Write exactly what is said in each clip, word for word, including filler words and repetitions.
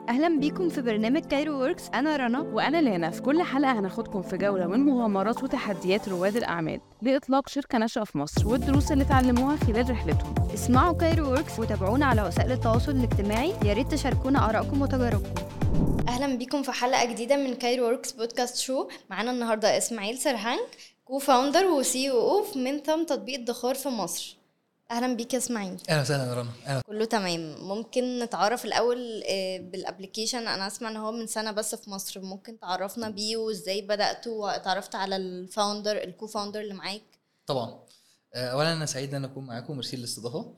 أهلا بيكم في برنامج كايرو ووركس. أنا رنا وأنا لانا. في كل حلقة هناخدكم في جولة من مغامرات وتحديات رواد الأعمال لإطلاق شركة ناشئة في مصر والدروس اللي اتعلموها خلال رحلتهم. اسمعوا كايرو ووركس وتابعونا على وسائل التواصل الاجتماعي. يا ريت تشاركونا آرائكم وتجاربكم. اهلا بيكم في حلقه جديده من كايرو ووركس بودكاست شو. معانا النهارده اسماعيل سرحان، كو فاوندر وسي او في منتم تطبيق الدخار في مصر. اهلا بيك يا اسماعيل. اهلا وسهلا رنا. أهلا. كله تمام. ممكن نتعرف الاول بالابليكيشن؟ انا اسمع ان هو من سنه بس في مصر، ممكن تعرفنا بيه وازاي بداتوا واتعرفت على الفاوندر الكو فاوندر اللي معاك؟ طبعا. اولا انا سعيد ان انا اكون معاكم وميرسي للاستضافه.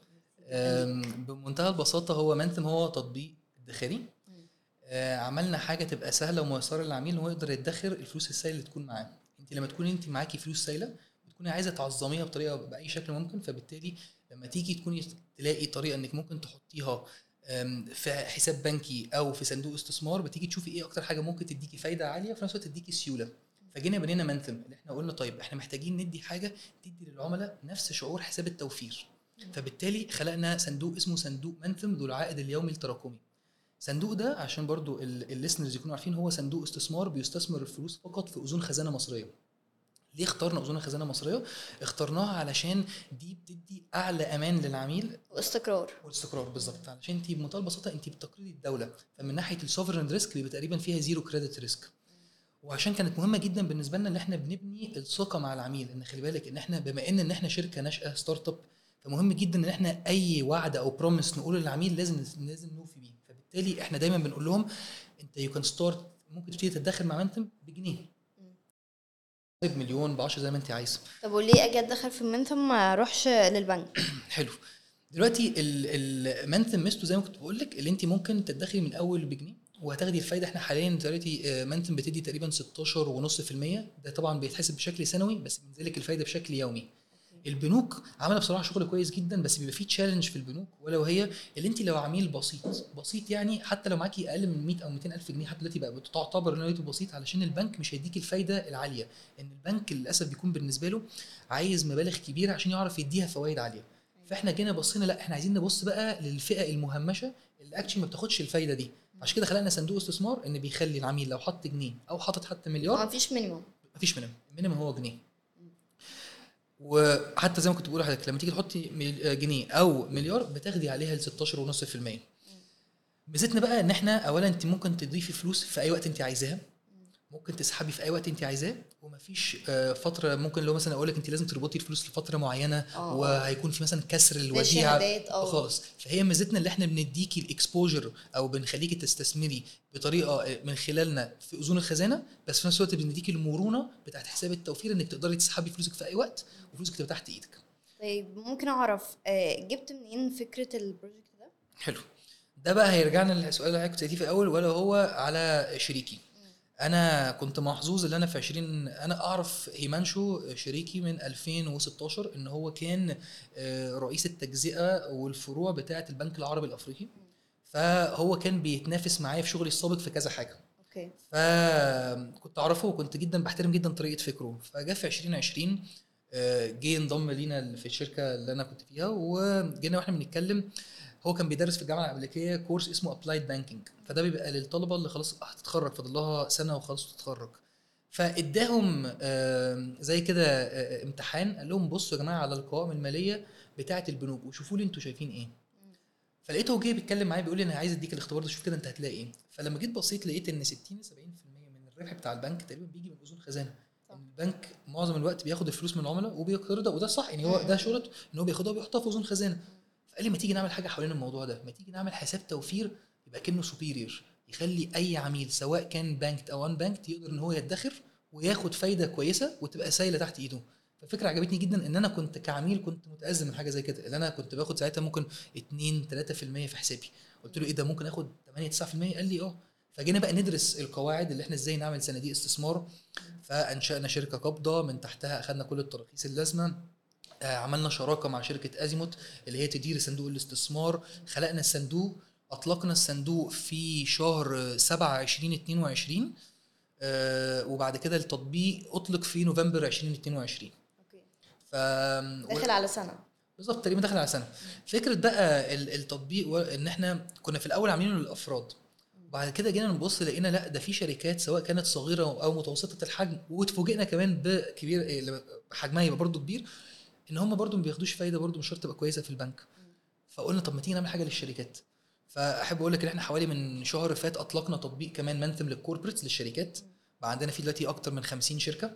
بمنتهى البساطه هو منتم هو تطبيق ادخاري. عملنا حاجه تبقى سهله وميسره للعميل ان هو يقدر يدخر الفلوس السائله اللي تكون معاه. انت لما تكوني انت معاكي فلوس سائله بتكوني عايزه تعظميها بطريقه باي شكل ممكن، فبالتالي لما تيجي تكوني تلاقي طريقه انك ممكن تحطيها في حساب بنكي او في صندوق استثمار، بتيجي تشوفي ايه اكتر حاجه ممكن تديكي فايده عاليه في نفس الوقت تديكي سيوله. فجينا بنينا منتم اللي احنا قلنا طيب احنا محتاجين ندي حاجه تدي للعملاء نفس شعور حساب التوفير، فبالتالي خلقنا صندوق اسمه صندوق منتم ذو العائد اليومي التراكمي. صندوق ده عشان برضو الليسنرز يكونوا عارفين هو صندوق استثمار بيستثمر الفلوس فقط في اذون خزانه مصريه. ليه اخترنا اذون خزانه مصريه؟ اخترناها علشان دي بتدي اعلى امان للعميل واستقرار. واستقرار بالظبط، علشان انت بمنتهى البساطه انت بتقرضي الدوله، فمن ناحيه السوفرين ريسك بيبقى تقريبا فيها زيرو كريدت ريسك. وعشان كانت مهمه جدا بالنسبه لنا ان احنا بنبني الثقه مع العميل، ان خلي بالك ان احنا بما ان ان احنا شركه ناشئه ستارت اب، فمهم جدا ان احنا اي وعد او بروميس نقوله للعميل لازم لازم نوفي بيه. فبالتالي احنا دايما بنقول لهم انت يو كان ستارت، ممكن تبتدي تتدخل مع منتم بجنيه بمليون بعشرة زي ما انت عايزه. طب وليه اجي اتدخل في منتم ما اروحش للبنك؟ حلو. دلوقتي المنتم ميزته زي ما كنت بقول لك اللي انت ممكن تدخلي من اول بجنيه وهتاخدي الفايده. احنا حاليا دلوقتي منتم بتدي تقريبا ستاشر فاصلة خمسة بالمية، ده طبعا بيتحسب بشكل سنوي بس بينزل لك الفايده بشكل يومي. البنوك عملت بصراحه شغل كويس جدا، بس بيبقى فيه تشالنج في البنوك، ولو هي اللي انت لو عميل بسيط بسيط يعني حتى لو معاكي اقل من مية او ميتين الف جنيه حتى دلوقتي بقى بتعتبر انه بسيط، علشان البنك مش هيديك الفايده العاليه، ان البنك للاسف بيكون بالنسبه له عايز مبالغ كبيره عشان يعرف يديها فوائد عاليه. فاحنا جينا بصينا لا احنا عايزين نبص بقى للفئه المهمشه اللي اكشن ما بتاخدش الفايده دي، عشان كده خلقنا صندوق استثمار ان بيخلي العميل لو حط جنيه او حاطط حتى مليار مفيش مينيمم. مفيش مينيمم، المينيمم هو جنيه. وحتى زي ما كنت بقول لحضرتك لما تيجي تحطي جنيه او مليار بتاخدي عليها ال ستاشر فاصلة خمسة بالمية. ميزتنا بقى ان احنا اولا انت ممكن تضيفي فلوس في اي وقت انت عايزاها، ممكن تسحبي في اي وقت انت عايزاه، ومفيش فتره ممكن لو مثلا اقول لك انت لازم تربطي الفلوس لفتره معينه أوه. وهيكون في مثلا كسر الوديعه خالص. فهي ميزتنا اللي احنا بنديكي الاكسبوجر او بنخليكي تستثمري بطريقه من خلالنا في اذون الخزانه، بس في نفس الوقت بنديكي المرونه بتاعت حساب التوفير انك تقدري تسحبي فلوسك في اي وقت وفلوسك تبقى تحت ايدك. طيب ممكن اعرف جبت منين فكره البروجكت ده؟ حلو. ده بقى هيرجعنا للسؤال اللي كنت سالتيه في الاول، ولا هو على شريكي. انا كنت محظوظ ان انا في عشرين انا اعرف هيمانشو شريكي من ألفين وستاشر ان هو كان رئيس التجزئه والفروع بتاعه البنك العربي الافريقي، فهو كان بيتنافس معايا في شغلي السابق في كذا حاجه. اوكي. فكنت اعرفه وكنت جدا بحترم جدا طريقه فكره. فجاء في عشرين عشرين جه انضم لينا في الشركه اللي انا كنت فيها، وجينا واحنا بنتكلم هو كان بيدرس في الجامعه الامريكيه كورس اسمه ابلايد بانكينج، فده بيبقى للطلبه اللي خلاص هتتخرج فاضل لها سنه وخلاص تتخرج. فاداهم زي كده امتحان قال لهم بصوا يا جماعه على القوائم الماليه بتاعه البنوك وشوفوا لي انتوا شايفين ايه. فلقيته جه بيتكلم معايا بيقول لي انا عايز اديك الاختبار ده شوف كده انت هتلاقي ايه. فلما جيت بصيت لقيت ان ستين سبعين بالمية من الربح بتاع البنك تقريبا بيجي من اذون خزانه. البنك معظم الوقت بياخد الفلوس من العملاء وبيقرضها، وده صح يعني هو ده شغلته ان هو بياخدها وبيحطها في اذون خزانه. فقال لي ما تيجي نعمل حاجه حوالين الموضوع ده، ما تيجي نعمل حساب توفير يبقى كأنه سوبيريور، يخلي اي عميل سواء كان بنك او ان بنك يقدر ان هو يدخر وياخد فايده كويسه وتبقى سايله تحت ايده. فالفكره عجبتني جدا ان انا كنت كعميل كنت متأزم من حاجه زي كده، اللي انا كنت باخد ساعتها ممكن اتنين تلاتة بالمية في حسابي. قلت له ايه ده ممكن اخد تمانية تسعة بالمية؟ قال لي اه. فجينا بقى ندرس القواعد اللي احنا ازاي نعمل صناديق استثمار، فانشأنا شركه قابضه من تحتها اخذنا كل التراخيص اللازمه، عملنا شراكه مع شركه ازيموت اللي هي تدير صندوق الاستثمار، خلقنا الصندوق، اطلقنا الصندوق في شهر سبعة عشرين اتنين وعشرين، آه وبعد كده التطبيق اطلق في نوفمبر عشرين اتنين وعشرين. اوكي. ف داخل على سنه بالظبط تقريبا داخل على سنه. فكره بقى التطبيق ان احنا كنا في الاول عاملينه للافراد، بعد كده جينا نبص لقينا لا ده في شركات سواء كانت صغيره او متوسطه الحجم، واتفوجئنا كمان بكبير إيه، لما حجمها يبقى برضو كبير، ان هم برضو ما بياخدوش فايده، برضو مش شرط تبقى كويسه في البنك. فقلنا طب ما تيجي نعمل حاجه للشركات. فاحب اقول لك ان احنا حوالي من شهر فات اطلقنا تطبيق كمان منتم للكوربريتس للشركات، بقى عندنا فيه دلوقتي اكتر من خمسين شركه،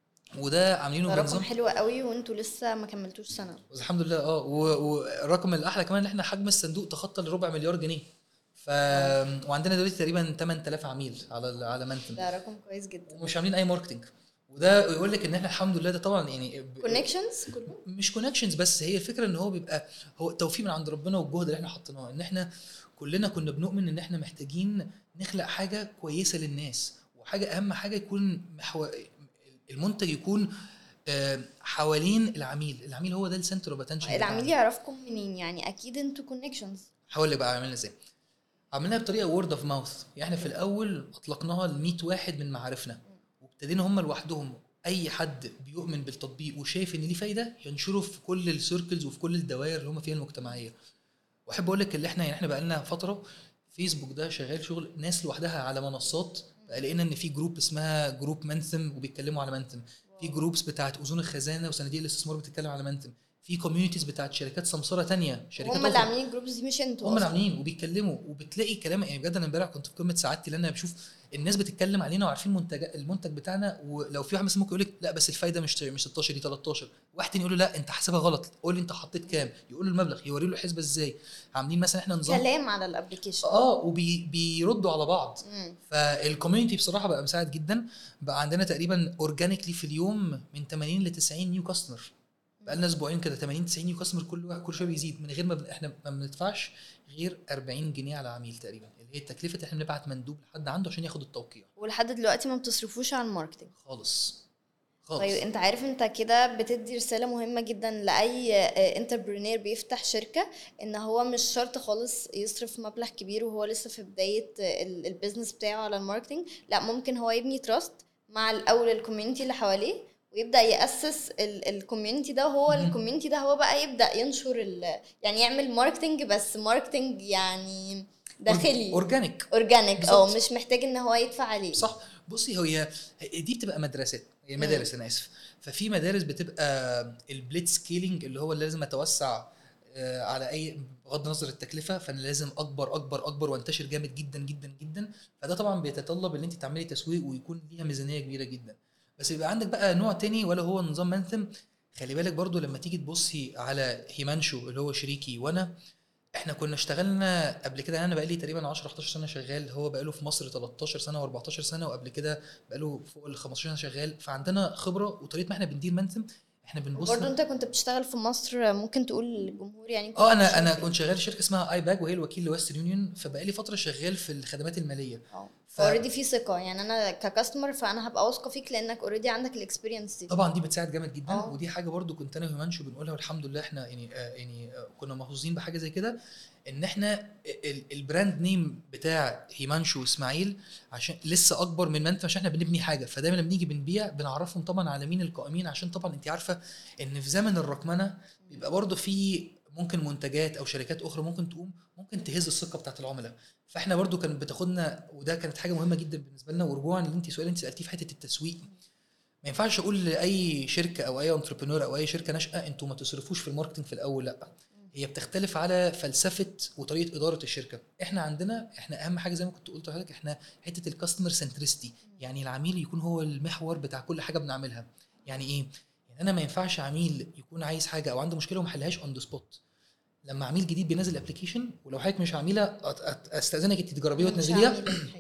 وده عاملينه ده رقم بنظام حلو قوي وانتوا لسه ما كملتوش سنه. الحمد لله. اه و- والرقم الاحلى كمان ان احنا حجم الصندوق تخطى الربع مليار جنيه. ف وعندنا دلوقتي تقريبا ثمانية آلاف عميل على على منتم، ده رقم كويس جدا. ومش عاملين اي ماركتنج. وده يقول لك ان احنا الحمد لله، ده طبعا يعني ب- كونكشنز كله. مش كونكشنز بس، هي الفكره ان هو بيبقى هو توفيق من عند ربنا والجهد اللي احنا حطيناه، ان احنا كلنا كنا بنؤمن ان احنا محتاجين نخلق حاجه كويسه للناس، وحاجه اهم حاجه يكون محو... المنتج يكون آه، حوالين العميل. العميل هو ده السنتر اوف اتنشن. العميل يعرفكم منين يعني؟ اكيد انتوا كونكشنز. حاول يبقى عاملين ازاي؟ عملناها بطريقه وورد اوف ماوث. يعني احنا في الاول اطلقناها ل مية واحد من معارفنا، وابتدينا هم لوحدهم اي حد بيؤمن بالتطبيق وشايف ان ليه فايده ينشره في كل السيركلز وفي كل الدوائر اللي هم فيها المجتمعيه. واحب اقول لك اللي احنا يعني احنا بقى لنا فتره فيسبوك ده شغال شغل ناس لوحدها على منصات، بقى لقينا ان في جروب اسمها جروب منثم وبيتكلموا على منثم، في جروبس بتاعت اذون الخزانه وصناديق الاستثمار بتتكلم على منثم، في كوميونيتيز بتاعت شركات سمسره تانية، شركات هم اللي عاملين الجروبز دي مش انتوا؟ هم اللي عاملين وبيتكلموا، وبتلاقي كلام يعني بجد. انا امبارح كنت في قمه سعادتي لان انا بشوف الناس بتتكلم علينا وعارفين منتج المنتج بتاعنا. ولو في واحد مثلا ممكن يقول لك لا بس الفايده مش مش ستاشر دي تلتاشر، واحد تاني يقول له لا انت حاسبها غلط، قول لي انت حطيت كام، يقول له المبلغ، يوري له الحسبه ازاي. عاملين مثلا احنا نظام كلام على الابلكيشن اه وبيردوا على بعض. مم. فالكوميونتي بصراحه بقى مساعد جدا. بقى عندنا تقريبا اورجانيكلي في اليوم من ثمانين ل تسعين نيو كاستمر، بقى لنا اسبوعين كده ثمانين تسعين نيو كاستمر كل واحد كل شويه بيزيد، من غير ما بن... احنا ما بندفعش غير أربعين جنيه على عميل تقريبا، اللي هي التكلفه اللي احنا بنبعت مندوب لحد عنده عشان ياخد التوقيع. ولحد دلوقتي ما بتصرفوش على الماركتنج خالص خالص. طيب انت عارف انت كده بتدي رسالة مهمة جدا لأي انتربرينير بيفتح شركة، ان هو مش شرط خالص يصرف مبلغ كبير وهو لسه في بداية البيزنس بتاعه على الماركتنج. لا، ممكن هو يبني تراست مع الاول الكوميونتي اللي حواليه ويبدا ياسس الكوميونتي ده، وهو الكوميونتي ده هو بقى يبدا ينشر يعني يعمل ماركتنج، بس ماركتنج يعني داخلي اورجانيك اورجانيك اه مش محتاج ان هو يدفع عليه. صح. بصي هي دي بتبقى مدرسات، هي مدارس انا اسف. ففي مدارس بتبقى البليت سكيلينج اللي هو اللي لازم اتوسع على اي بغض النظر التكلفه، فانا لازم اكبر اكبر اكبر وانتشر جامد جدا جدا جدا. فده طبعا بيتطلب ان انت تعملي تسويق ويكون ليها ميزانيه كبيره جدا. بس يبقى عندك بقى نوع تاني ولا هو نظام منثم. خلي بالك برضو لما تيجي تبصي على هيمانشو اللي هو شريكي وانا، احنا كنا اشتغلنا قبل كده، انا بقى لي تقريبا عشرة حداشر سنه شغال، هو بقى له في مصر تلتاشر سنه و14 سنه، وقبل كده بقى له فوق ال خمستاشر سنه شغال. فعندنا خبره وطريقه ما احنا بندير منثم. احنا بنبص برضه انت كنت بتشتغل في مصر، ممكن تقول للجمهور يعني؟ اه انا انا كنت شغال في شركه اسمها اي باج وهي الوكيل لويسترن يونيون، فبقى لي فتره شغال في الخدمات الماليه. اه اوريدي في ثقه يعني، انا ككاستمر فانا هبقى واثقه فيك لانك اوريدي عندك الاكسبيرينس دي. طبعا دي بتساعد جامد جدا. أوه. ودي حاجه برضو كنت انا وهيمانشو بنقولها والحمد لله احنا يعني آه يعني آه كنا محظوظين بحاجه زي كده، ان احنا البراند نيم بتاع هيمانشو واسماعيل عشان لسه اكبر من منتج، عشان احنا بنبني حاجه. فدايما لما بنيجي بنبيع بنعرفهم طبعا على مين القائمين، عشان طبعا انت عارفه ان في زمن الرقمنه بيبقى برضو في ممكن منتجات او شركات اخرى ممكن تقوم ممكن تهز الثقه بتاعه العملاء. فاحنا برضو كانت بتاخدنا، وده كانت حاجه مهمه جدا بالنسبه لنا. ورجوعا اللي انت سؤال انت سالتيه في حته التسويق، ما ينفعش اقول لاي شركه او اي انتربرينور او اي شركه ناشئه انتوا ما تصرفوش في الماركتنج في الاول. لا، هي بتختلف على فلسفه وطريقه اداره الشركه. احنا عندنا احنا اهم حاجه زي ما كنت قلت لحضرتك، احنا حته الكاستمر سنترستي، يعني العميل يكون هو المحور بتاع كل حاجه بنعملها. يعني ايه؟ يعني انا ما ينفعش عميل يكون عايز حاجه او عنده مشكله وما حلهاش اون ذا سبوت. لما عميل جديد بينزل ابلكيشن، ولو حضرتك مش عامله استاذنك انت تجربيه وتنزليها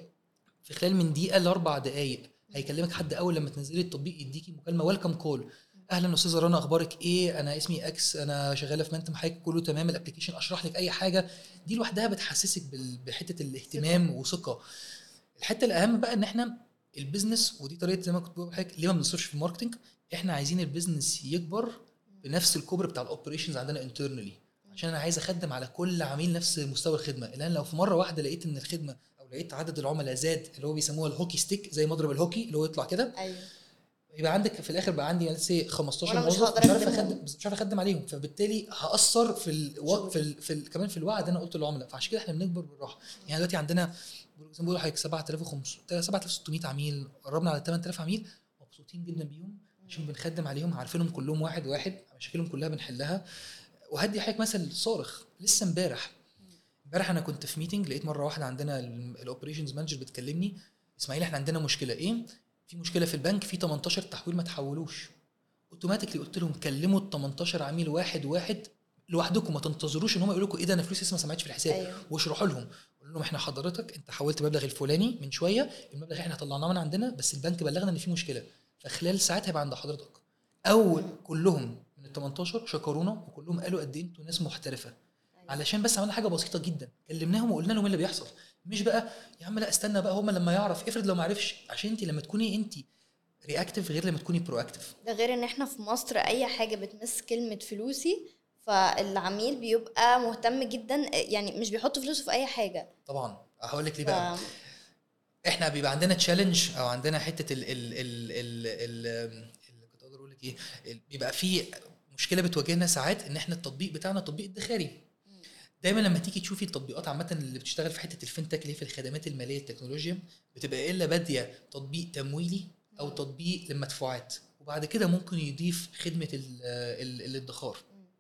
في خلال من دقيقه لاربع دقائق هيكلمك حد. اول لما تنزلي التطبيق يديكي مكالمه ويلكم كول، اهلا استاذه رنا، اخبارك ايه؟ انا اسمي اكس، انا شغاله في منتم، حضرتك كله تمام، الابلكيشن اشرح لك اي حاجه. دي لوحدها بتحسسك بحته الاهتمام وثقه. الحته الاهم بقى ان احنا البيزنس، ودي طريقه زي ما كنت بقول لحضرتك ليه ما بنصرفش في الماركتنج، احنا عايزين البيزنس يكبر بنفس الكبر بتاع الاوبريشنز عندنا انترنالي، عشان انا عايز اخدم على كل عميل نفس مستوى الخدمه. لان لو في مره واحده لقيت ان الخدمه او لقيت عدد العملاء زاد، اللي هو بيسموها الهوكي ستيك، زي مضرب الهوكي اللي هو يطلع كده، ايوه يبقى عندك في الاخر بقى عندي سي خمستاشر وأنا مش موظف هقدر مش عارف أخدمهم. اخدم مش عارف اخدم عليهم، فبالتالي هاثر في الو... شغل. في, ال... في ال... كمان في الوعد انا قلت للعملاء. فعشان كده احنا بنكبر بالراحه. يعني دلوقتي عندنا زي ما بقول لحضرتك سبعة آلاف وخمسمية سبعة آلاف وستمية عميل، قربنا على ثمانية آلاف عميل، مبسوطين جدا بيهم عشان بنخدم عليهم، عارفينهم كلهم واحد واحد، مشاكلهم كلها بنحلها. وهدي حضرتك مثل صارخ لسه امبارح امبارح انا كنت في ميتنج، لقيت مره واحده عندنا الاوبريشنز مانجر بتكلمني، اسماعيل احنا عندنا مشكله. ايه؟ في مشكله في البنك، في تمنتاشر تحويل ما تحولوش اوتوماتيكلي. قلت لهم كلموا ال تمنتاشر عميل واحد واحد لوحدكم، ما تنتظروش ان هم يقولوا لكم ايه ده انا فلوسي لسه ما سمعتش في الحساب. أيوة. واشرحوا لهم، قول لهم احنا حضرتك انت حولت المبلغ الفلاني من شويه، المبلغ احنا طلعناه من عندنا بس البنك بلغنا ان في مشكله، فخلال ساعات هيبقى عند حضرتك. او كلهم من ال تمنتاشر شكرونا وكلهم قالوا قد ايه انتوا ناس محترفه، علشان بس عملنا حاجه بسيطه جدا، كلمناهم وقلنا لهم ايه اللي بيحصل. مش بقى يا عم لا استنى بقى هم لما يعرف، افرض لو ما عرفش، عشان انت لما تكوني انت رياكتيف غير لما تكوني برو اكتيف. ده غير ان احنا في مصر اي حاجه بتمس كلمه فلوسي فالعميل بيبقى مهتم جدا، يعني مش بيحط فلوسه في اي حاجه. طبعا هقول لك ليه ف... بقى. احنا بيبقى عندنا تشالنج او عندنا حته ال ال ال ال ال اللي كنت اقدر اقول لك ايه، بيبقى في مشكله بتواجهنا ساعات ان احنا التطبيق بتاعنا تطبيق ادخاري. دايما لما تيجي تشوفي التطبيقات عامه اللي بتشتغل في حته الفinTech اللي هي في الخدمات الماليه التكنولوجيا، بتبقى الا باديه تطبيق تمويلي او تطبيق للمدفوعات، وبعد كده ممكن يضيف خدمه ال- ال- الادخار.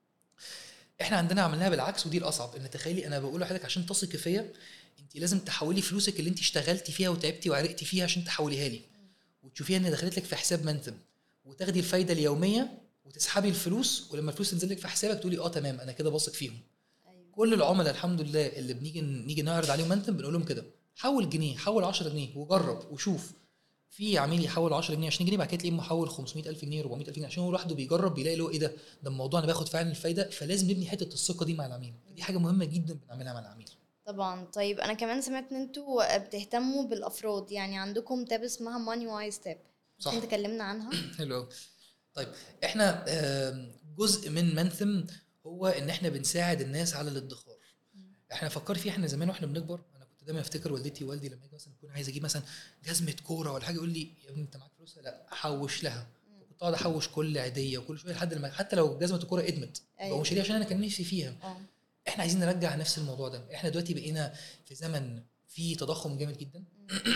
احنا عندنا عملناها بالعكس، ودي الاصعب. ان تخيلي انا بقول لحضرتك عشان تثقي فيا انت لازم تحولي فلوسك اللي انت اشتغلتي فيها وتعبتي وعرقتي فيها عشان تحوليها لي، وتشوفيها ان دخلت لك في حساب منتم، وتاخدي الفايده اليوميه وتسحبي الفلوس، ولما الفلوس تنزل لك في حسابك تقولي اه تمام انا كده بثق فيهم. أيوة. كل العملاء الحمد لله اللي بنيجي نيجي نعرض عليهم منتم بنقول لهم كده، حول جنيه، حول عشرة جنيه وجرب وشوف. في عميل يحول عشرة جنيه عشرين جنيه، بعد كده تلاقيه محول خمسمية ألف جنيه أربعمية ألف جنيه، عشان هو لوحده بيجرب بيلاقي له ايه ده ده الموضوع انا باخد فعلا الفايده. فلازم نبني حته الثقه دي مع العميل، دي حاجه مهمه جدا بنعملها مع العميل. طبعا. طيب انا كمان سمعت ان انتوا بتهتموا بالافراد، يعني عندكم تاب اسمها ماني وايز تاب، صح. ممكن تكلمنا عنها؟ حلو قوي. طيب احنا آم، جزء من منثم هو ان احنا بنساعد الناس على الادخار. احنا فكر فيه، احنا زمان واحنا بنكبر انا كنت دايما افتكر والدتي ووالدي لما يجي مثلا يكون عايز اجيب مثلا جزمه كوره ولا حاجه يقول لي يا ابني انت معاك فلوس؟ لا احوش لها. كنت اقعد احوش كل عيديه وكل شويه لحد لما حتى لو جزمه الكوره ادمت أيوة. بقوم شاريها عشان انا كان نفسي فيها. اه. احنا عايزين نرجع نفس الموضوع ده. احنا دلوقتي بقينا في زمن فيه تضخم جامد جدا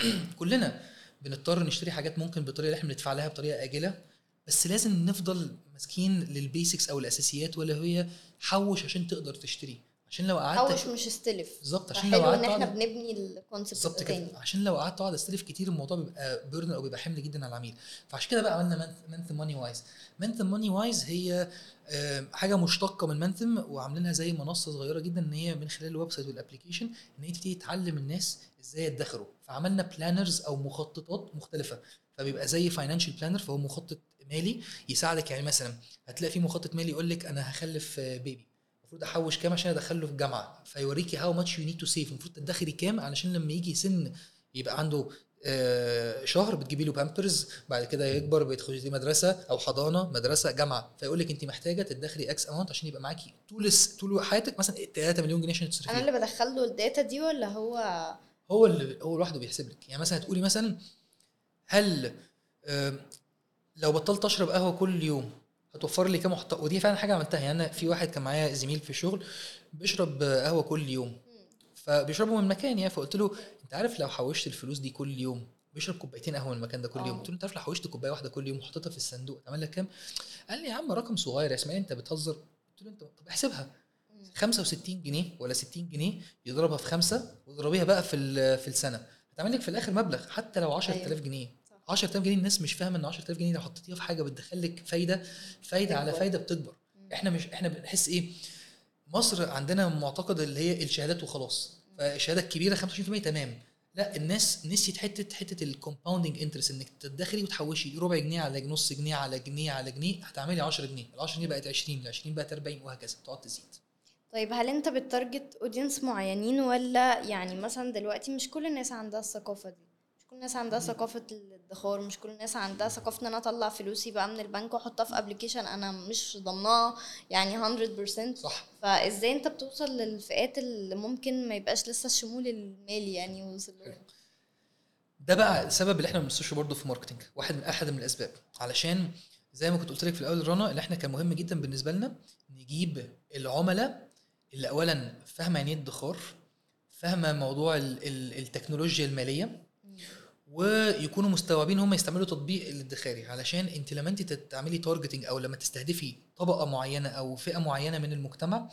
كلنا بنضطر نشتري حاجات ممكن بالطريقه اللي احنا بندفع لها بطريقه اجله، بس لازم نفضل ماسكين للبيسكس او الاساسيات، ولا هي حوش عشان تقدر تشتري. عشان لو قعدت حوش مش استلف. بالظبط، عشان لو حلو ان قعدت احنا أقعد- بنبني الكونسبت بالظبط تاني. كده، عشان لو قعدت اقعد استلف كتير الموضوع بيبقى بيرن او بيبقى حمل جدا على العميل. فعشان كده بقى عملنا منثم ماني وايز. منثم ماني وايز هي آه، حاجه مشتقه من منثم، وعاملينها زي منصه صغيره جدا ان هي من خلال الويب سايت والابلكيشن ان هي تبتدي تعلم الناس ازاي يدخروا. فعملنا بلانرز او مخططات مختلفه، فبيبقى زي فاينانشال بلانر، فهو مخطط مالي يساعدك. يعني مثلا هتلاقي في مخطط مالي يقول لك انا هخلف آه، بيبي، المفروض احوش كام عشان ادخله في الجامعه، فيوريكي هاو ماتش يو نيد تو سيف، المفروض تدخري كام علشان لما يجي سن يبقى عنده آه شهر بتجيبي له بامبرز، بعد كده يكبر بيدخل دي مدرسه او حضانه مدرسه جامعه، فيقول لك انت محتاجه تدخري اكس اماونت عشان يبقى معاكي طول طول حياتك مثلا ثلاثة مليون جنيه عشان انا تصرفيها. اللي بدخل له الداتا دي ولا هو؟ هو اللي هو لوحده بيحسب لك. يعني مثلا تقولي مثلا هل آه لو بطلت اشرب قهوه كل يوم هتوفر لي كام محتوى، ودي فعلا حاجه عملتها. يعني انا في واحد كان معايا زميل في الشغل بيشرب قهوه كل يوم، فبيشربوا من مكان يعني، فقلت له انت عارف لو حوشت الفلوس دي كل يوم بيشرب كوبايتين قهوه من المكان ده كل يوم. آه. قلت له انت عارف لو حوشت كوبايه واحده كل يوم وحطيتها في الصندوق تعمل لك كام؟ قال لي يا عم رقم صغير يا اسماعيل انت بتهزر. قلت له انت طب احسبها، خمسة وستين جنيه ولا ستين جنيه يضربها في خمسة واضربيها بقى في ال- في السنه هتعمل لك في الاخر مبلغ حتى لو عشرة آلاف جنيه. عشرة آلاف جنيه الناس مش فاهمه ان عشرة آلاف جنيه لو حطيتيها في حاجه بتدخل لك فايده فايده على بتكبر. فايده بتكبر. احنا مش احنا بنحس ايه، مصر عندنا معتقد اللي هي الشهادات وخلاص، فالشهاده الكبيره خمسة وعشرين بالمية تمام. لا الناس نسيت حته حته الكومباوندنج انترست، انك تدخري وتحوشي ربع جنيه على نص جنيه على جنيه على جنيه هتعملي عشرة جنيه، ال عشرة جنيه بقت عشرين، ال عشرين بقت أربعين وهكذا تقعد تزيد. طيب هل انت بتارجت اودينس معينين، ولا يعني مثلا دلوقتي مش كل الناس عندها الثقافة دي، مش كل الناس عندها ثقافة الادخار، مش كل الناس عندها ثقافة ان انا اطلع فلوسي بقى من البنك واحطها في ابلكيشن انا مش ضمنها يعني مية بالمية؟ صح. فازاي انت بتوصل للفئات اللي ممكن ما يبقاش لسه الشمول المالي يعني وصل لهم؟ ده بقى السبب اللي احنا ما بنبصش برضه في ماركتنج، واحد من احد من الاسباب، علشان زي ما كنت قلت لك في الاول رنا، اللي احنا كان مهم جدا بالنسبه لنا نجيب العملاء اللي اولا فاهمه يعني ايه ادخار، فاهمه موضوع ال- ال- التكنولوجيا الماليه، ويكونوا مستوعبين هم يستعملوا تطبيق الادخاري. علشان انت لما انت تعملي تارجتنج او لما تستهدفي طبقه معينه او فئه معينه من المجتمع،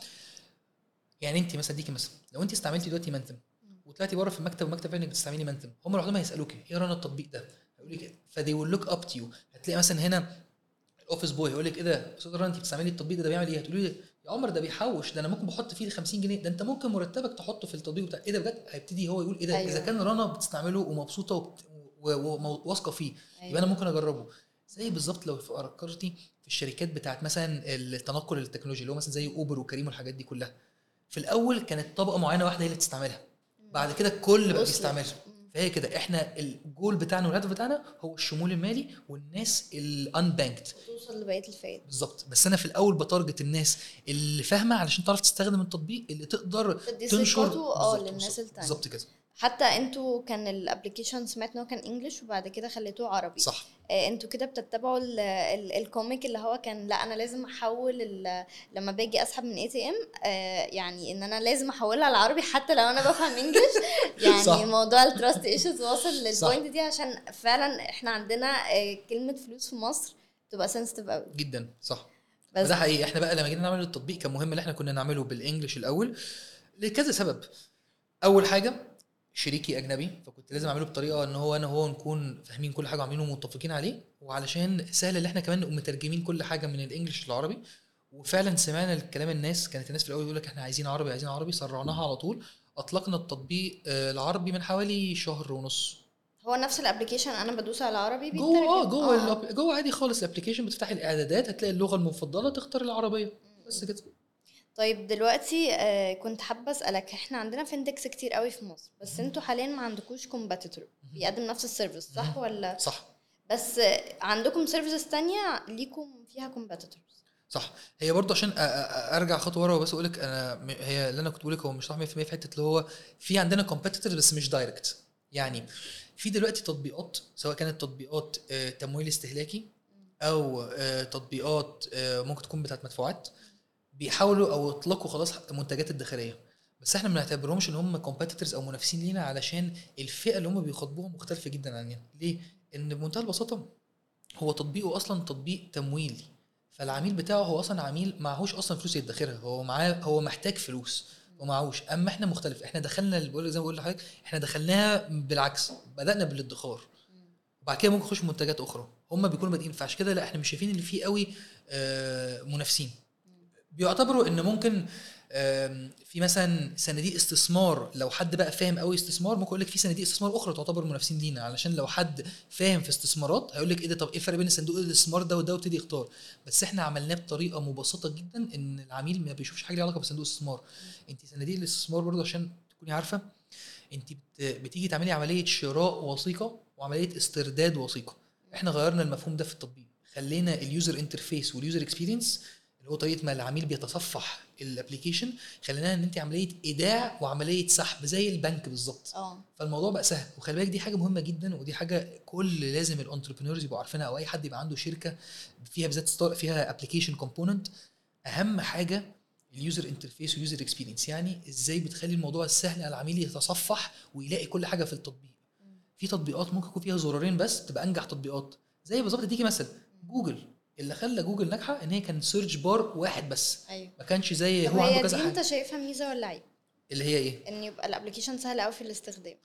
يعني انت مثلا ديكي مثلا لو انت استعملتي دلوقتي منتم وطلعتي بره في المكتب ومكتب فعلا بتستعملي منتم، هم لوحدهم هيسالوكي ايه رنا التطبيق ده، هيقول لك فدي ويل لوك اب تو يو. هتلاقي مثلا هنا الاوفيس بوي هيقول لك ايه ده استاذ رنا انت بتستعملي التطبيق ده, ده بيعمل ايه، هتقولي لي يا عمر ده بيحوش، ده انا ممكن بحط فيه خمسين جنيه، ده انت ممكن مرتبك تحطه في التطبيق بتاع ايه ده بجد. هيبتدي هو يقول ايه ده، أيوة. اذا كان رنا بتستعمله ومبسوطه وبت- و- و- وواثقه فيه أيوة. يبقى انا ممكن اجربه. زي بالظبط لو فكرتي في الشركات بتاعت مثلا التنقل التكنولوجي اللي هو مثلا زي اوبر وكريم والحاجات دي كلها، في الاول كانت طبقه معينه واحده هي اللي بتستعملها، بعد كده الكل بقى وصلت. بيستعملها. فهي كده احنا الجول بتاعنا والهدف بتاعنا هو الشمول المالي والناس الانبانكد توصل لبقيه الفئات بالظبط. بس انا في الاول بتارجت الناس اللي فاهمه علشان تعرف تستخدم التطبيق، اللي تقدر تدي تنشر ثقته اه بالظبط، للناس بالظبط، التانية. بالظبط كده. حتى انتوا كان الابلكيشن سمعت ان هو كان انجلش وبعد كده خليتوه عربي. صح. آه انتوا كده بتتبعوا ال- ال- الكوميك اللي هو كان لا انا لازم احول ال- لما باجي اسحب من اي تي ام يعني ان انا لازم احولها لعربي حتى لو انا بفهم انجلش. يعني صح. موضوع التراست ايشوز واصل صح. للبوينت دي عشان فعلا احنا عندنا آه كلمه فلوس في مصر تبقى سنسيتيف قوي جدا. صح. بس ده حقيقي. احنا بقى لما جينا نعمل التطبيق كان مهم ان احنا كنا نعمله بالانجلش الاول لكذا سبب. اول حاجه شريكي اجنبي، فكنت لازم اعمله بطريقه ان هو انا وهو نكون فاهمين كل حاجه وعاملينه ومتفقين عليه، وعلشان سهل ان احنا كمان نقوم مترجمين كل حاجه من الانجليش للعربي. وفعلا سمعنا الكلام الناس، كانت الناس في الاول يقول لك احنا عايزين عربي عايزين عربي، سرعناها على طول. اطلقنا التطبيق آه، العربي من حوالي شهر ونص. هو نفس الابلكيشن انا بدوس على العربي جوه اه بيترجم. جوه آه. الأب- جوه عادي خالص الابلكيشن، بتفتحي الاعدادات هتلاقي اللغه المفضله تختار العربيه بس كده. طيب دلوقتي آه كنت حابه اسالك، احنا عندنا فيندكس كتير قوي في مصر بس انتوا حاليا ما عندكوش كومبيتيتور بيقدم نفس السيرفيس صح مهم. ولا؟ صح. بس آه، عندكم سيرفيسز تانية ليكم فيها كومبيتيتورز. صح. هي برضه عشان أ- أ- ارجع خطوه ورا وبس اقول لك انا م- هي اللي انا كنت بقول لك هو مش صح مية في المية في حته اللي هو في عندنا كومبيتيتورز بس مش دايركت. يعني في دلوقتي تطبيقات سواء كانت تطبيقات آه، تمويل استهلاكي او آه، تطبيقات آه، ممكن تكون بتاعت مدفوعات، بيحاولوا او يطلقوا خلاص منتجات ادخاريه، بس احنا ما بنعتبرهمش ان هم كومبيتيتورز او منافسين لينا، علشان الفئه اللي هم بيخاطبوها مختلفه جدا عننا. ليه؟ ان بمنتهى البساطه هو تطبيقه اصلا تطبيق تمويلي، فالعميل بتاعه هو اصلا عميل معهوش اصلا فلوس يدخرها، هو معاه هو محتاج فلوس ومعهوش. اما احنا مختلف، احنا دخلنا اللي بقول زي ما بقول لحضرتك احنا دخلناها بالعكس، بدانا بالادخار وبعد كده ممكن نخش منتجات اخرى هم بيكونوا بادئين. فعشان كده لا احنا مش شايفين اللي فيه قوي آه، منافسين. بيعتبروا ان ممكن آم، في مثلا صناديق استثمار، لو حد بقى فاهم قوي استثمار ممكن يقول لك في صناديق استثمار اخرى تعتبر منافسين لينا، علشان لو حد فاهم في استثمارات هيقول لك ايه ده، طب ايه الفرق بين صندوق الاستثمار ده وده وابتدي يختار. بس احنا عملناه بطريقه مبسطه جدا ان العميل ما بيشوفش حاجه ليها علاقه بصندوق الاستثمار. انت صناديق الاستثمار برضه عشان تكوني عارفه انت بت- بتيجي تعملي عمليه شراء وثيقه وعمليه استرداد وثيقه. احنا غيرنا المفهوم ده في التطبيق، خلينا اليوزر انترفيس واليوزر اكسبيرينس اللي هو طريقه ما العميل بيتصفح الابلكيشن، خلينا ان انت عمليه ايداع وعمليه سحب زي البنك بالظبط. اه فالموضوع بقى سهل. وخلي بالك دي حاجه مهمه جدا، ودي حاجه كل لازم الانتربرينورز يبقوا عارفينها، او اي حد يبقى عنده شركه فيها بالذات ستار فيها ابلكيشن كومبوننت. اهم حاجه اليوزر انترفيس واليوزر اكسبيرينس، يعني ازاي بتخلي الموضوع سهل على العميل يتصفح ويلاقي كل حاجه في التطبيق. في تطبيقات ممكن يكون فيها زرارين بس تبقى انجح تطبيقات، زي بالظبط تيجي مثلا جوجل. اللي خلى جوجل ناجحه ان هي كان سيرش بار واحد بس، ايوه. ما كانش زي طب هو عنده هي كذا دي انت حاجه. شايفها ميزه ولا عيب اللي هي ايه؟ ان يبقى الابلكيشن سهل قوي في الاستخدام؟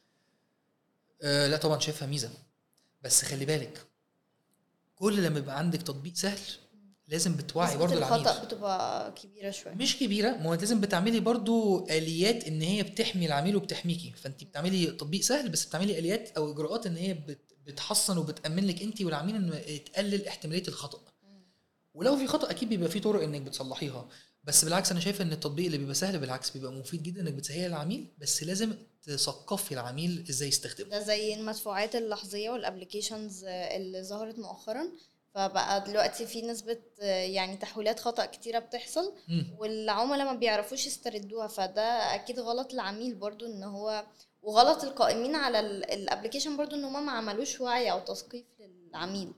آه لا طبعا شايفها ميزه، بس خلي بالك كل لما يبقى عندك تطبيق سهل لازم بتوعي نسبة برضو العميل. الخطأ بتبقى كبيره شويه. مش كبيره، ما هو انت لازم بتعملي برضو اليات ان هي بتحمي العميل وبتحميكي. فانت بتعملي تطبيق سهل بس بتعملي اليات او اجراءات ان هي بت بتحصن وبتامن لك انت والعميل ان تقلل احتماليه الخطا. ولو في خطا اكيد بيبقى في طرق انك بتصلحيها. بس بالعكس انا شايف ان التطبيق اللي بيبقى سهل بالعكس بيبقى مفيد جدا انك بتسهل العميل، بس لازم تثقفي العميل ازاي يستخدمه. ده زي المدفوعات اللحظيه والابلكيشنز اللي ظهرت مؤخرا فبقى دلوقتي في نسبة آه، يعني تحويلات خطأ كتيرة بتحصل، مم. والعملاء ما بيعرفوش يستردوها، فده اكيد غلط العميل برضو ان هو، وغلط القائمين على الابلكيشن برضو ان هم ما عملوش وعي او تثقيف للعميل.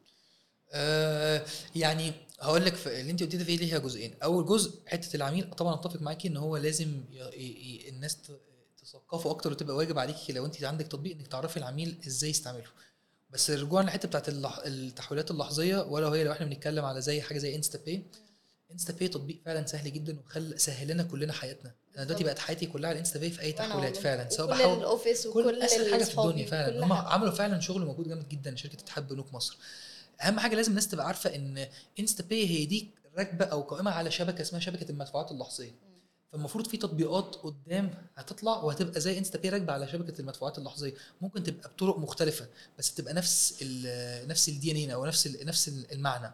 آه يعني هقول لك اللي انت قلتيه ده فيه ليها جزئين. اول جزء حته العميل، طبعا اتفق معاكي ان هو لازم ي... ي... ي... الناس ت- تثقفه اكتر، وتبقى واجب عليكي لو انت عندك تطبيق انك تعرفي العميل ازاي يستعمله. بس رجوعا للحته بتاعت اللح... التحويلات اللحظيه، ولو هي لو احنا بنتكلم على زي حاجه زي انستا باي. انستا باي تطبيق فعلا سهل جدا، وخل سهل لنا كلنا حياتنا. انا دلوقتي بالظبط. بقت حياتي كلها على الانستا باي في اي وانا تحويلات والله فعلا، سواء وكل بحاول الاوفيس كل وكل اسهل حاجه في الدنيا. اصحابي فعلا وكل هم حاجة. عملوا فعلا شغل موجود جامد جدا شركه اتحاد بنوك مصر. اهم حاجه لازم الناس تبقى عارفه ان انستا باي هي دي راكبه او قائمه على شبكه اسمها شبكه المدفوعات اللحظيه. فالمفروض في تطبيقات قدام هتطلع وهتبقى زي انستا باي راكبه على شبكه المدفوعات اللحظيه، ممكن تبقى بطرق مختلفه بس تبقى نفس ال نفس الدي ان او نفس ال نفس المعنى.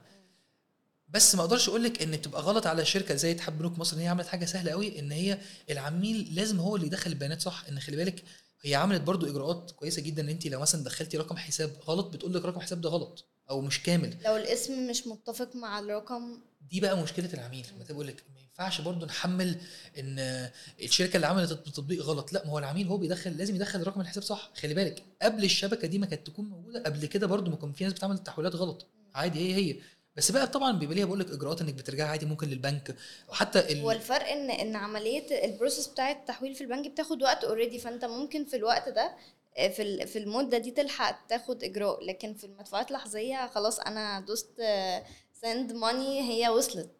بس ما اقدرش اقول لك ان بتبقى غلط على شركه زي اتحاد بنوك مصر ان هي عملت حاجه سهله قوي، ان هي العميل لازم هو اللي يدخل البيانات صح. ان خلي بالك هي عملت برضو اجراءات كويسه جدا، ان انت لو مثلا دخلتي رقم حساب غلط بتقول لك رقم حساب ده غلط او مش كامل. لو الاسم مش متفق مع الرقم. دي بقى مشكله العميل. ما تقول لك ما ينفعش برضو نحمل ان الشركه اللي عملت التطبيق غلط، لا، ما هو العميل هو بيدخل لازم يدخل رقم الحساب صح. خلي بالك قبل الشبكه دي ما كانت تكون موجوده، قبل كده برضو ما كان في ناس بتعمل تحويلات غلط عادي، هي هي بس بقى طبعا بيبقى ليها بقول لك اجراءات انك بترجع عادي ممكن للبنك، وحتى هو ال... الفرق ان ان عمليه البروسيس بتاعه التحويل في البنك بتاخد وقت اوريدي، فانت ممكن في الوقت ده آه، في ال- في المده دي تلحق تاخد اجراء، لكن في المدفوعات اللحظيه خلاص انا دوست سند ماني هي وصلت.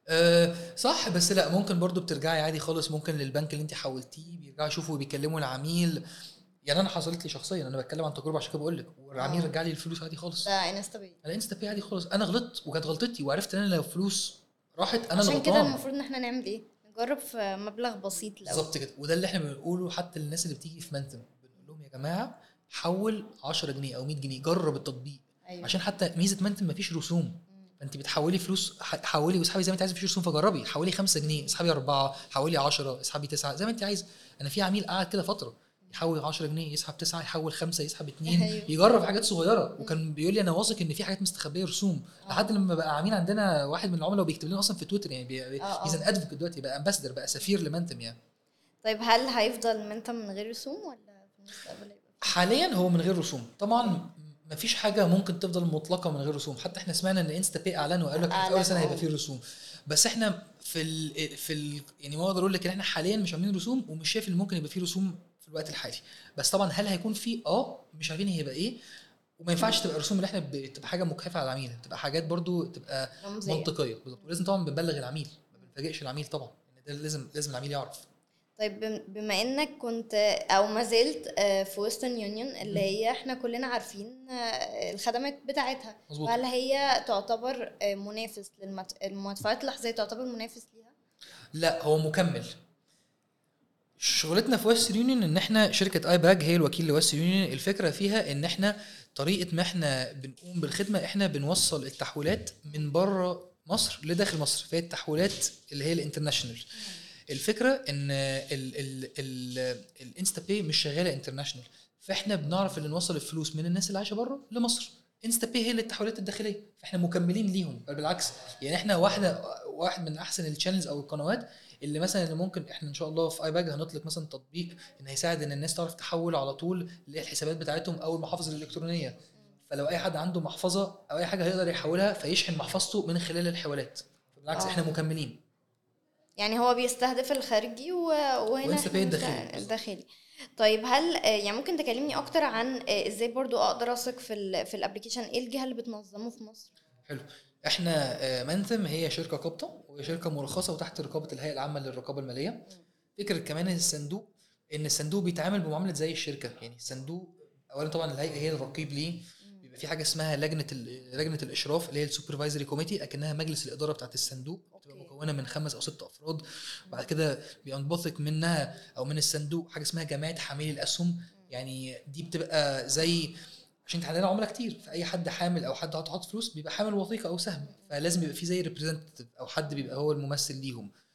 آه صح. بس لا، ممكن برضو بترجعي عادي خالص، ممكن للبنك اللي انت حولتيه بيرجعوا يشوفوا وبيكلموا العميل. يعني انا حصلت لي شخصيا، انا بتكلم عن تجربه عشان كده بقول لك، والعميل اه رجع لي الفلوس عادي خالص ده انستا باي. على انستا باي عادي خالص. انا غلطت وكانت غلطتي، وعرفت ان انا لو فلوس راحت انا اللي عشان كده غلطان. المفروض ان احنا نعمل ايه، نجرب في مبلغ بسيط الاول. بالظبط كده، وده اللي احنا بنقوله حتى للناس اللي بتيجي في منتم، بنقول لهم يا جماعه حول عشرة جنيه او مية جنيه، جرب التطبيق. ايوه. عشان حتى ميزه منتم مفيش رسوم، فانت بتحولي فلوس، ح- حولي واسحبي زي ما انت عايزه، مفيش رسوم. فجربي حولي خمسة جنيه اسحبي أربعة، حولي عشرة اسحبي تسعة، زي ما انت عايزه. انا في عميل قاعد كده فتره يحول عشرة جنيه يسحب تسعة، يحول خمسة يسحب اتنين، أيوة. يجرب حاجات صغيره. وكان بيقول لي انا واثق ان في حاجات مستخبيه رسوم، لحد لما بقى عميل عندنا واحد من العملاء وبيكتب لنا اصلا في تويتر، يعني بي- اه اه هيز ان ادفوكيت دلوقتي، بقى امباسدر، بقى سفير لمنتم يعني. طيب هل هيفضل منتم من غير رسوم ولا في المستقبل هيبقى فيه؟ حاليا هو من غير رسوم طبعا. مفيش حاجه ممكن تفضل مطلقه من غير رسوم. حتى احنا سمعنا ان انستا باي اعلنوا وقالوا لك في اول سنه هيبقى أعلنوا. فيه رسوم. بس احنا في ال في ال يعني ما اقدر اقول لك ان احنا حاليا مش عاملين رسوم، ومش شايف ان ممكن يبقى فيه رسوم في الوقت الحالي. بس طبعا هل هيكون فيه؟ اه مش عارفين هيبقى ايه. وما ينفعش تبقى رسوم اللي احنا بتبقى حاجه مكلفه على العميل، تبقى حاجات برضو تبقى رمزية. منطقيه. بالظبط. ولازم طبعا بنبلغ العميل، ما بنفاجئش العميل طبعا، ان ده لازم لازم العميل يعرف. طيب بم- بما انك كنت او ما زلت آه، في ويسترن يونيون اللي هي احنا كلنا عارفين آه، الخدمات بتاعتها، مظبوط. فهل هي تعتبر آه، منافس للمدفوعات اللحظية، تعتبر منافس ليها؟ لا، هو مكمل. شغلتنا في ويست يونيون ان احنا شركه اي باج هي الوكيل لويست يونيون. الفكره فيها ان احنا طريقه ما احنا بنقوم بالخدمه، احنا بنوصل التحويلات من بره مصر لداخل مصر، فهي التحويلات اللي هي الانترناشونال. الفكره ان ال ال ال الانستا باي مش شغاله انترناشونال، فاحنا بنعرف اللي نوصل الفلوس من الناس اللي عايشه بره لمصر. انستا باي هي التحويلات الداخليه، فاحنا مكملين ليهم، بل بالعكس. يعني احنا واحده واحد من احسن الشانلز او القنوات اللي مثلا اللي ممكن احنا ان شاء الله في اي باج هنطلق مثلا تطبيق ان هيساعد ان الناس تعرف تحول على طول للحسابات بتاعتهم او المحافظ الالكترونيه. فلو اي حد عنده محفظه او اي حاجه هيقدر يحولها فيشحن محفظته من خلال الحوالات. بالعكس آه. احنا مكملين. يعني هو بيستهدف الخارجي و- وهنا وإنستا احنا باي بنست- الداخلي. الداخلي. طيب هل آه، يعني ممكن تكلمني اكتر عن آه، ازاي برضو اقدر اثق في ال في الابلكيشن، ايه الجهة اللي بتنظمه في مصر؟ حلو. احنا آه، منثم هي شركه قابضه، وهي شركه مرخصه وتحت رقابه الهيئه العامه للرقابه الماليه. فكره كمان الصندوق ان الصندوق بيتعامل بمعامله زي الشركه. يعني الصندوق اولا طبعا الهيئه هي الرقيب ليه، بيبقى في حاجه اسمها لجنه ال- لجنه الاشراف اللي هي السوبرفايزري كوميتي، اكنها مجلس الاداره بتاعه الصندوق، بتبقى أوكي. مكونه من خمس او ست افراد. بعد كده بينبثق منها او من الصندوق حاجه اسمها جمعيه حاملي الاسهم. يعني دي بتبقى زي، عشان انت عندنا عملاء كتير، فاي حد حامل او حد هتحط فلوس بيبقى حامل وثيقه او سهم، فلازم يبقى في زي ريبريزنتيف او حد بيبقى هو الممثل ليهم.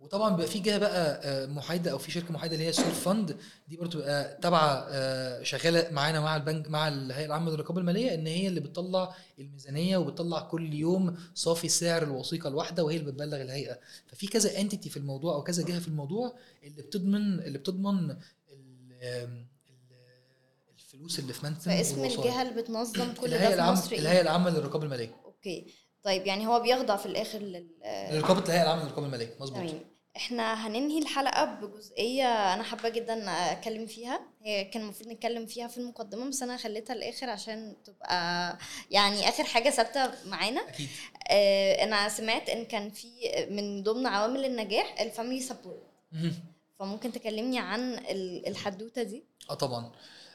وطبعا بيبقى في جهه بقى آه، محايده او في شركه محايده اللي هي سور فند، دي برضو بتبقى تابعه آه، شغاله معانا مع البنك مع الهيئه العامه للرقابه الماليه، ان هي اللي بتطلع الميزانيه وبتطلع كل يوم صافي سعر الوثيقه الواحده، وهي اللي بتبلغ الهيئه. ففي كذا انتيتي في الموضوع او كذا جهه في الموضوع اللي بتضمن اللي بتضمن ال- ال- الفلوس اللي في منتن فاسم والوصايا. الجهه اللي بتنظم كل الهيئه ده في العامه مصر ايه؟ الهيئه العامه للرقابه الماليه، اوكي. طيب يعني هو بيخضع في الاخر لل لرقابه الهيئه العامه للرقابه الماليه. مظبوط. تمام. احنا هننهي الحلقه بجزئيه انا حابه جدا اتكلم فيها، هي كان المفروض نتكلم فيها في المقدمه بس انا خليتها الاخر عشان تبقى يعني اخر حاجه ثابته معانا. اكيد. اه انا سمعت ان كان في من ضمن عوامل النجاح الفاميلي سبورت، مهم. فممكن تكلمني عن ال- الحدوته دي؟ اه طبعا.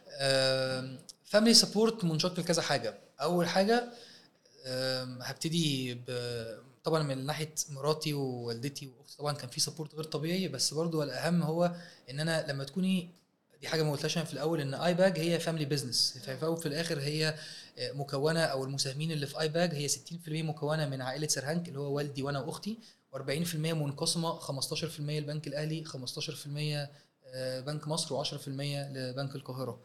فاميلي سبورت منشق لكذا حاجه. اول حاجه آم، هبتدي ب- طبعا من ناحيه مراتي ووالدتي واختي، طبعا كان في سبورت غير طبيعي، بس برضو الاهم هو ان انا لما تكوني، دي حاجه ما قلتهاش أنا في الاول، ان اي باج هي فاميلي بزنس، في الاول في الاخر هي آه، مكونه او المساهمين اللي في اي باج هي ستين في المية مكونه من عائله سرهنك اللي هو والدي وانا واختي، و40% منقسمه خمستاشر في المية البنك الاهلي، خمستاشر في المية آه، بنك مصر، و10% لبنك القاهره.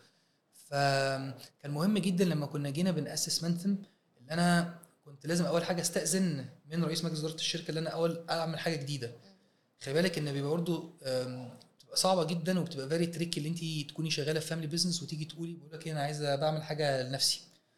فكان مهم جدا لما كنا جينا بنأسس منتم ان انا كنت لازم اول حاجه استأذن من رئيس مجلس اداره الشركه اللي انا اول اعمل حاجه جديده. خلي بالك ان بيبقى برضه بتبقى صعبه جدا وبتبقى فيري تريكي اللي انت تكوني شغاله في فاميلي بزنس وتيجي تقولي بقول لك انا عايزه بعمل حاجه لنفسي.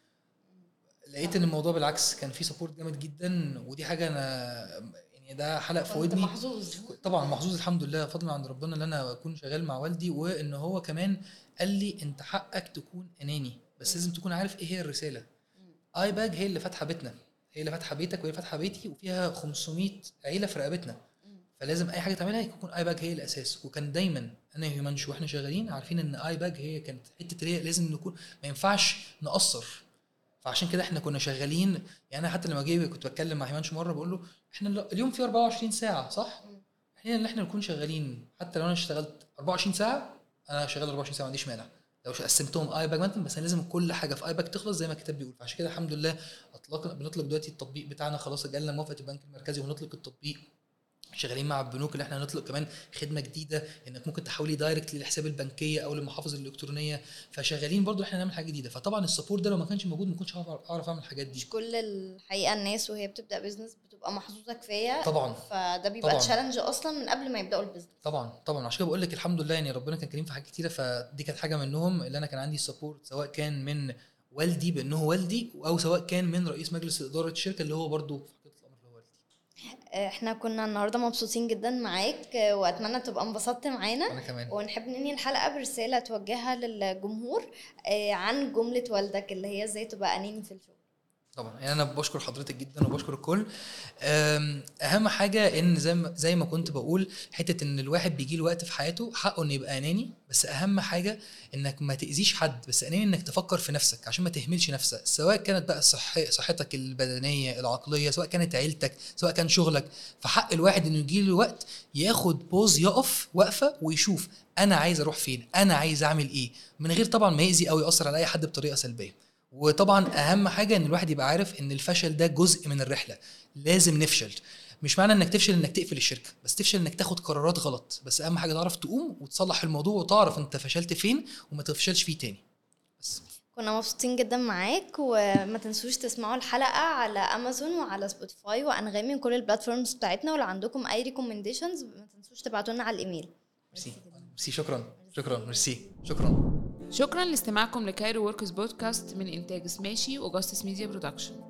لقيت ان الموضوع بالعكس كان فيه سبورت جامد جدا، ودي حاجه انا يعني ده حلق في كنت ودني. محظوظ. طبعا محظوظ الحمد لله، فضل من عند ربنا ان انا اكون شغال مع والدي، وان هو كمان قال لي انت حقك تكون اناني بس لازم تكون عارف ايه هي الرساله. اي باج هي اللي فاتحه بيتنا، هي اللي فاتحه بيتك وهي فاتحه بيتي، وفيها خمسمية عيله في رقبتنا، فلازم اي حاجه تعملها يكون اي باج هي الاساس. وكان دايما انا هيومانش واحنا شغالين عارفين ان اي باج هي كانت حته اللي هي لازم نكون ما ينفعش نقصر. فعشان كده احنا كنا شغالين، يعني انا حتى لما جاي كنت بتكلم مع هيمانش مره بقول له احنا اليوم فيه أربعة وعشرين ساعه صح؟ احنا اللي احنا نكون شغالين حتى لو انا اشتغلت أربعة وعشرين ساعه، انا شغال أربعة وعشرين ساعه ما عنديش مانع لو قسمتهم اي باج مانتن، بس أنا لازم كل حاجه في اي باج تخلص زي ما الكتاب بيقول. فعشان كده الحمد لله اطلق بنطلق دلوقتي التطبيق بتاعنا، خلاص جالنا موافقه البنك المركزي ونطلق التطبيق. شغالين مع البنوك اللي احنا هنطلق كمان خدمه جديده انك ممكن تحولي دايركت للحساب البنكيه او للمحافظ الالكترونيه، فشغالين برضو احنا نعمل حاجه جديده. فطبعا السبورت ده لو ما كانش موجود ما كنتش هعرف اعرف اعمل الحاجات دي. مش كل الحقيقه الناس وهي بتبدا بيزنس بتبقى محظوظه كفايه طبعا فده بيبقى طبعاً. تشالنج اصلا من قبل ما يبداوا البيزنس. طبعا طبعا عشان كده بقول لك الحمد لله يعني ربنا كان كريم في حاجات كتيره، فدي كانت حاجه منهم اللي انا كان عندي سبورت سواء كان من والدي بانه والدي او سواء كان من رئيس مجلس اداره الشركه اللي هو برضو في حقيقه الامر هو والدي. احنا كنا النهارده مبسوطين جدا معاك واتمنى تبقى انبسطت معانا، انا كمان. ونحب ننهي الحلقه برساله توجهها للجمهور آه، عن جمله والدك اللي هي ازاي تبقى اناني في الشغل. طبعا يعني انا بشكر حضرتك جدا وبشكر الكل. أم، اهم حاجه ان زي ما زي ما كنت بقول حته ان الواحد بيجي له وقت في حياته حقه انه يبقى اناني، بس اهم حاجه انك ما تاذيش حد، بس اناني انك تفكر في نفسك عشان ما تهملش نفسك، سواء كانت بقى صحي صحتك البدنيه العقليه، سواء كانت عيلتك، سواء كان شغلك. فحق الواحد انه يجي له وقت ياخد بوز، يقف وقفه ويشوف انا عايز اروح فين، انا عايز اعمل ايه، من غير طبعا ما يأذي او ياثر على اي حد بطريقه سلبيه. وطبعا اهم حاجه ان الواحد يبقى عارف ان الفشل ده جزء من الرحله، لازم نفشل. مش معنى انك تفشل انك تقفل الشركه، بس تفشل انك تاخد قرارات غلط، بس اهم حاجه تعرف تقوم وتصلح الموضوع وتعرف انت فشلت فين وما تفشلش فيه تاني. بس كنا مبسوطين جدا معاك، وما تنسوش تسمعوا الحلقه على امازون وعلى سبوتيفاي وانغامي وكل البلاتفورمز بتاعتنا، ولو عندكم اي ريكومنديشنز ما تنسوش تبعتوا لنا على الايميل. ميرسي ميرسي شكرا شكرا ميرسي شكرا شكرا لاستماعكم لكايرو وركس بودكاست من إنتاج سماشي وجاستس ميديا برودكشن.